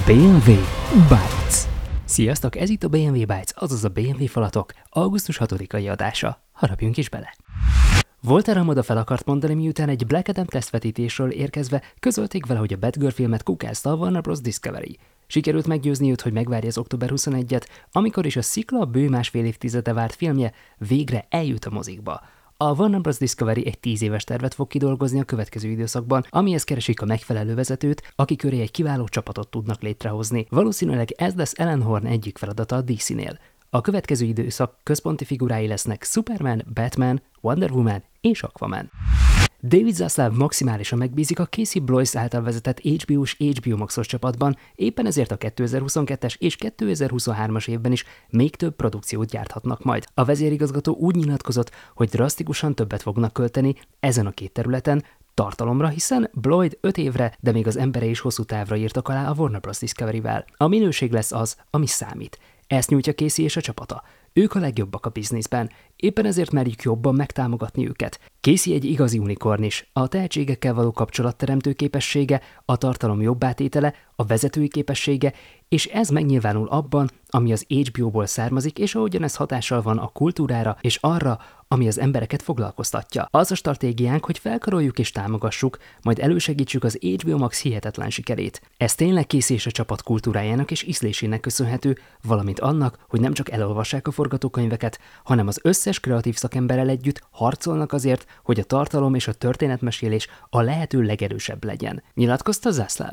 BMW Bytes. Sziasztok, ez itt a BMW Bytes, azaz a BMW falatok augusztus 6-ai adása. Harapjunk is bele! Volterra moda fel akart mondani, miután egy Black Adam tesztvetítésről érkezve közölték vele, hogy a Batgirl filmet kukázta a Warner Bros. Discovery. Sikerült meggyőzni őt, hogy megvárja az október 21-et, amikor is a szikla bő másfél évtizede várt filmje végre eljut a mozikba. A Warner Bros. Discovery egy 10 éves tervet fog kidolgozni a következő időszakban, amihez keresik a megfelelő vezetőt, aki köré egy kiváló csapatot tudnak létrehozni. Valószínűleg ez lesz Alan Horn egyik feladata a DC-nél. A következő időszak központi figurái lesznek Superman, Batman, Wonder Woman és Aquaman. David Zaslav maximálisan megbízik a Casey Bloys által vezetett HBO-s HBO Max-os csapatban, éppen ezért a 2022-es és 2023-as évben is még több produkciót gyárthatnak majd. A vezérigazgató úgy nyilatkozott, hogy drasztikusan többet fognak költeni ezen a két területen, tartalomra, hiszen Bloyd 5 évre, de még az embere is hosszú távra írtak alá a Warner Bros. Discovery-vel. A minőség lesz az, ami számít. Ezt nyújtja Casey és a csapata. Ők a legjobbak a bizniszben, éppen ezért merjük jobban megtámogatni őket. Casey egy igazi unikorn is. A tehetségekkel való kapcsolatteremtő képessége, a tartalom jobb átétele, a vezetői képessége, és ez megnyilvánul abban, ami az HBO-ból származik, és ahogyan ez hatással van a kultúrára és arra, ami az embereket foglalkoztatja. Az a stratégiánk, hogy felkaroljuk és támogassuk, majd elősegítsük az HBO Max hihetetlen sikerét. Ez tényleg Casey és a csapat kultúrájának és ízlésének köszönhető, valamint annak, hogy nem csak elolvassák a forgatókönyveket, hanem az összes kreatív szakemberrel együtt harcolnak azért, hogy a tartalom és a történetmesélés a lehető legerősebb legyen. Nyilatkozta Zaslav.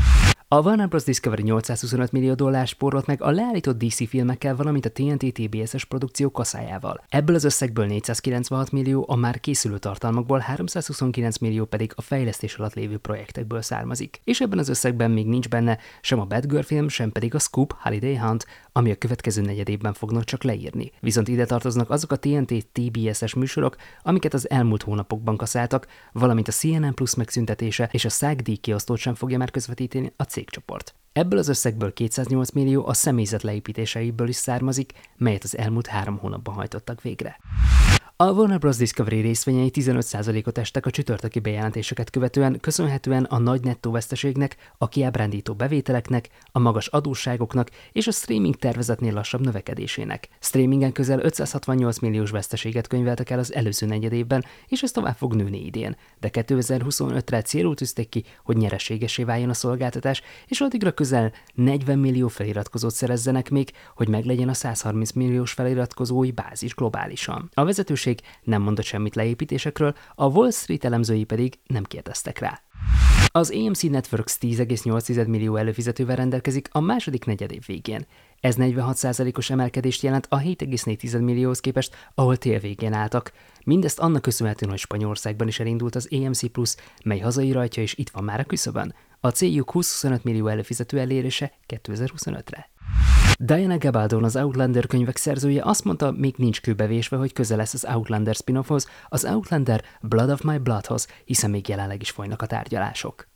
A Warner Bros. Discovery $825 millió spórolt meg a leállított DC filmekkel, valamint a TNT TBS-es produkció kaszájával. Ebből az összegből 496 millió a már készülő tartalmakból, 329 millió pedig a fejlesztés alatt lévő projektekből származik. És ebben az összegben még nincs benne sem a Batgirl film, sem pedig a Scoop Holiday Hunt, ami a következő negyedévben fognak csak leírni. Viszont ide tartoznak azok a TNT TBS-es műsorok, amiket az elmúlt hónapokban kaszáltak, valamint a CNN Plus megszüntetése és a SAG-díj kiosztót sem fogja már közvetíteni a cégcsoport. Ebből az összegből 208 millió a személyzet leépítéseiből is származik, melyet az elmúlt 3 hónapban hajtottak végre. A Warner Bros. Discovery részvényei 15%-ot estek a csütörtöki bejelentéseket követően, köszönhetően a nagy nettó veszteségnek, a kiábrándító bevételeknek, a magas adósságoknak és a streaming tervezetnél lassabb növekedésének. Streamingen közel 568 milliós veszteséget könyveltek el az előző negyedévben, és ez tovább fog nőni idén. De 2025-re célul tűzték ki, hogy nyereségesé váljon a szolgáltatás, és addigra közel 40 millió feliratkozót szerezzenek még, hogy meglegyen a 130 milliós feliratkozói bázis globálisan. A vezetőség nem mondott semmit leépítésekről, a Wall Street elemzői pedig nem kérdeztek rá. Az AMC Networks 10,8 millió előfizetővel rendelkezik a második negyedév végén. Ez 46%-os emelkedést jelent a 7,4 millióhoz képest, ahol tél végén álltak. Mindezt annak köszönhetően, hogy Spanyolországban is elindult az AMC Plus, mely hazai rajtja is itt van már a küszöbön. A céljuk 20-25 millió előfizető elérése 2025-re. Diana Gabaldon, az Outlander könyvek szerzője azt mondta, még nincs kőbevésve, hogy közel lesz az Outlander spin-offhoz, az Outlander Blood of My Bloodhoz, hiszen még jelenleg is folynak a tárgyalások.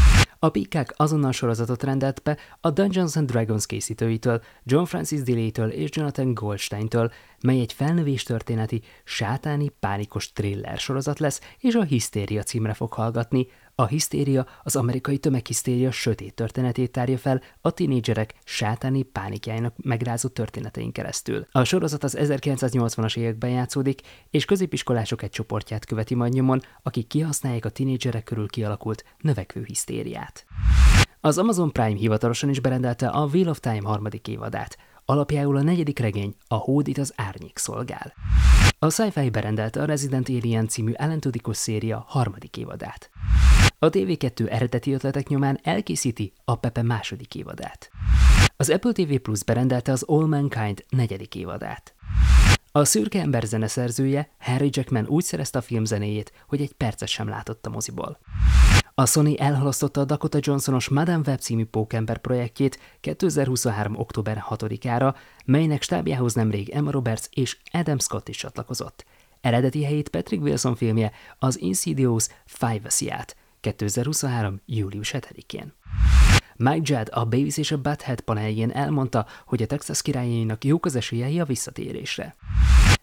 A Peacock azonnal sorozatot rendelt be a Dungeons & Dragons készítőitől, John Francis Daley-től és Jonathan Goldstein-től, mely egy felnövéstörténeti, sátáni, pánikos thriller sorozat lesz, és a Hisztéria címre fog hallgatni. A hisztéria az amerikai tömeghisztéria sötét történetét tárja fel a tínédzserek sátáni pánikjának megrázó történetein keresztül. A sorozat az 1980-as években játszódik, és középiskolások egy csoportját követi majd nyomon, akik kihasználják a tínédzserek körül kialakult növekvő hisztériát. Az Amazon Prime hivatalosan is berendelte a Wheel of Time 3. évadát. Alapjául a 4. regény, a Hódít az árnyék szolgál. A Sci-Fi berendelte a Resident Alien című Alan Tudyk széria 3. évadát. A TV2 eredeti ötletek nyomán elkészíti a Pepe 2. évadát. Az Apple TV Plus berendelte az All Mankind 4. évadát. A Szürke ember zeneszerzője, Henry Jackman úgy szerezte a film zenéjét, hogy egy percet sem látott a moziból. A Sony elhalasztotta a Dakota Johnsonos Madame Web című pókember projektjét 2023. október 6-ára, melynek stábjához nemrég Emma Roberts és Adam Scott is csatlakozott. Eredeti helyét Patrick Wilson filmje, az Insidious Privacy-át 2023. július 7-én. Mike Judd a Beavis és a Butthead paneljén elmondta, hogy a Texas királyainak jók az esélyei a visszatérésre.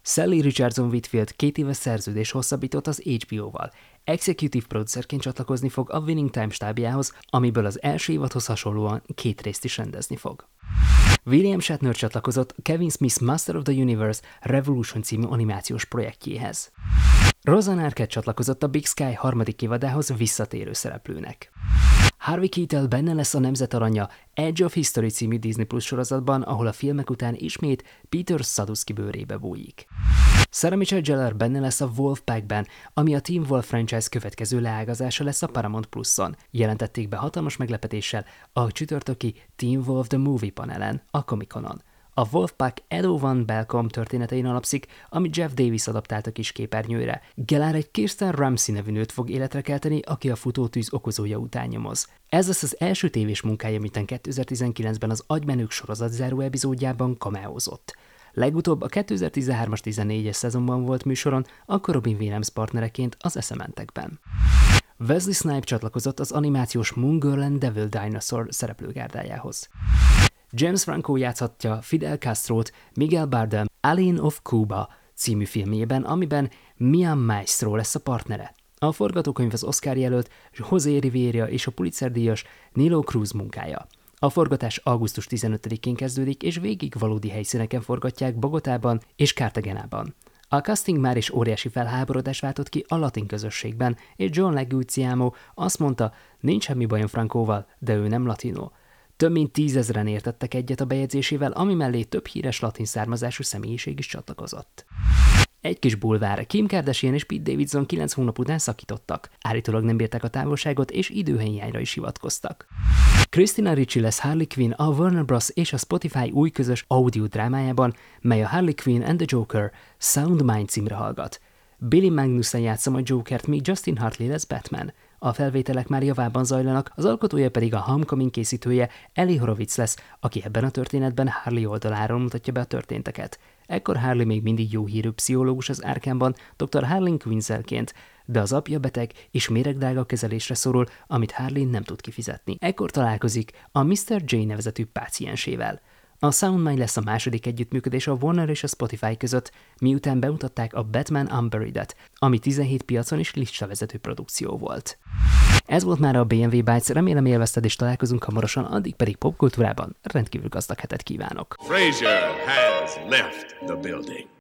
Sally Richardson Whitfield 2 éves szerződés hosszabbított az HBO-val. Executive producerként csatlakozni fog a Winning Time stábjához, amiből az első évadhoz hasonlóan 2 részt is rendezni fog. William Shatner csatlakozott Kevin Smith Master of the Universe Revolution című animációs projektjéhez. Rosanna Arquette csatlakozott a Big Sky 3. évadához visszatérő szereplőnek. Harvey Keitel benne lesz a Nemzet Aranya Edge of History című Disney Plus sorozatban, ahol a filmek után ismét Peter Sadusky bőrébe bújik. Sarah Michelle Gellar benne lesz a Wolfpackben, ami a Teen Wolf franchise következő leágazása lesz a Paramount Plus-on. Jelentették be hatalmas meglepetéssel a csütörtöki Teen Wolf The Movie panelen, a Comic-Conon. A Wolfpack Edo Van Belcom történetein alapszik, amit Jeff Davis adaptált a kis képernyőre. Gellar egy Kirsten Ramsey nevű nőt fog életre kelteni, aki a futótűz okozója után nyomoz. Ez lesz az első tévés munkája, miután 2019-ben az Agymenők sorozat záró epizódjában cameózott. Legutóbb a 2013-as 14-es szezonban volt műsoron, akkor Robin Williams partnereként az Eszementekben. Wesley Snipes csatlakozott az animációs Moon Girl and Devil Dinosaur szereplőgárdájához. James Franco játszhatja Fidel Castrót Miguel Bardem Alien of Cuba című filmjében, amiben Mia Maestro lesz a partnere. A forgatókönyv az Oscar jelölt José Rivera és a Pulitzer-díjas Nilo Cruz munkája. A forgatás augusztus 15-én kezdődik, és végig valódi helyszíneken forgatják Bogotában és Cartagenában. A casting már is óriási felháborodás váltott ki a latin közösségben, és John Leguizamo azt mondta, nincs semmi bajom Francóval, de ő nem latino. Több mint 10 000-en értettek egyet a bejegyzésével, ami mellé több híres latin származású személyiség is csatlakozott. Egy kis bulvár, Kim Kardashian és Pete Davidson 9 hónap után szakítottak. Állítólag nem bírták a távolságot, és időhiányra is hivatkoztak. Christina Ricci lesz Harley Quinn a Warner Bros. És a Spotify új közös audio drámájában, mely a Harley Quinn and the Joker Sound Mind címre hallgat. Billy Magnussen játsza majd Jokert, míg Justin Hartley lesz Batman. A felvételek már javában zajlanak, az alkotója pedig a Homecoming készítője Eli Horowitz lesz, aki ebben a történetben Harley oldaláról mutatja be a történteket. Ekkor Harley még mindig jó hírű pszichológus az Arkhamban, dr. Harlan Quinzelként, de az apja beteg és méregdrága kezelésre szorul, amit Harley nem tud kifizetni. Ekkor találkozik a Mr. J nevezetű páciensével. A Soundmind lesz a második együttműködés a Warner és a Spotify között, miután bemutatták a Batman Unburied-et, ami 17 piacon is listavezető produkció volt. Ez volt már a BMW Bytes, remélem élvezted és találkozunk hamarosan, addig pedig popkultúrában rendkívül gazdag hetet kívánok. Frasier has left the building.